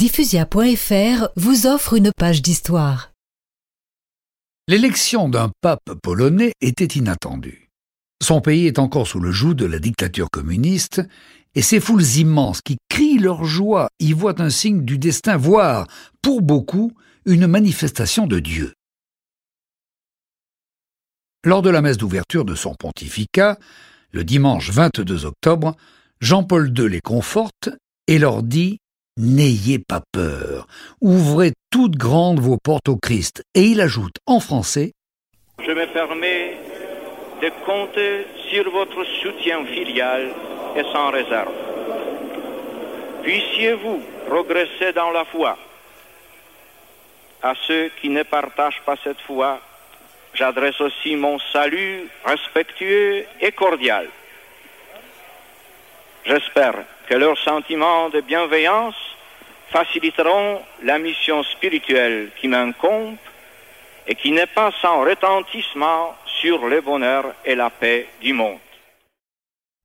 Diffusia.fr vous offre une page d'histoire. L'élection d'un pape polonais était inattendue. Son pays est encore sous le joug de la dictature communiste et ces foules immenses qui crient leur joie y voient un signe du destin, voire, pour beaucoup, une manifestation de Dieu. Lors de la messe d'ouverture de son pontificat, le dimanche 22 octobre, Jean-Paul II les conforte et leur dit « N'ayez pas peur, ouvrez toutes grandes vos portes au Christ ». Et il ajoute en français « Je me permets de compter sur votre soutien filial et sans réserve. Puissiez-vous progresser dans la foi. À ceux qui ne partagent pas cette foi, j'adresse aussi mon salut respectueux et cordial. J'espère que leurs sentiments de bienveillance faciliteront la mission spirituelle qui m'incombe et qui n'est pas sans retentissement sur le bonheur et la paix du monde.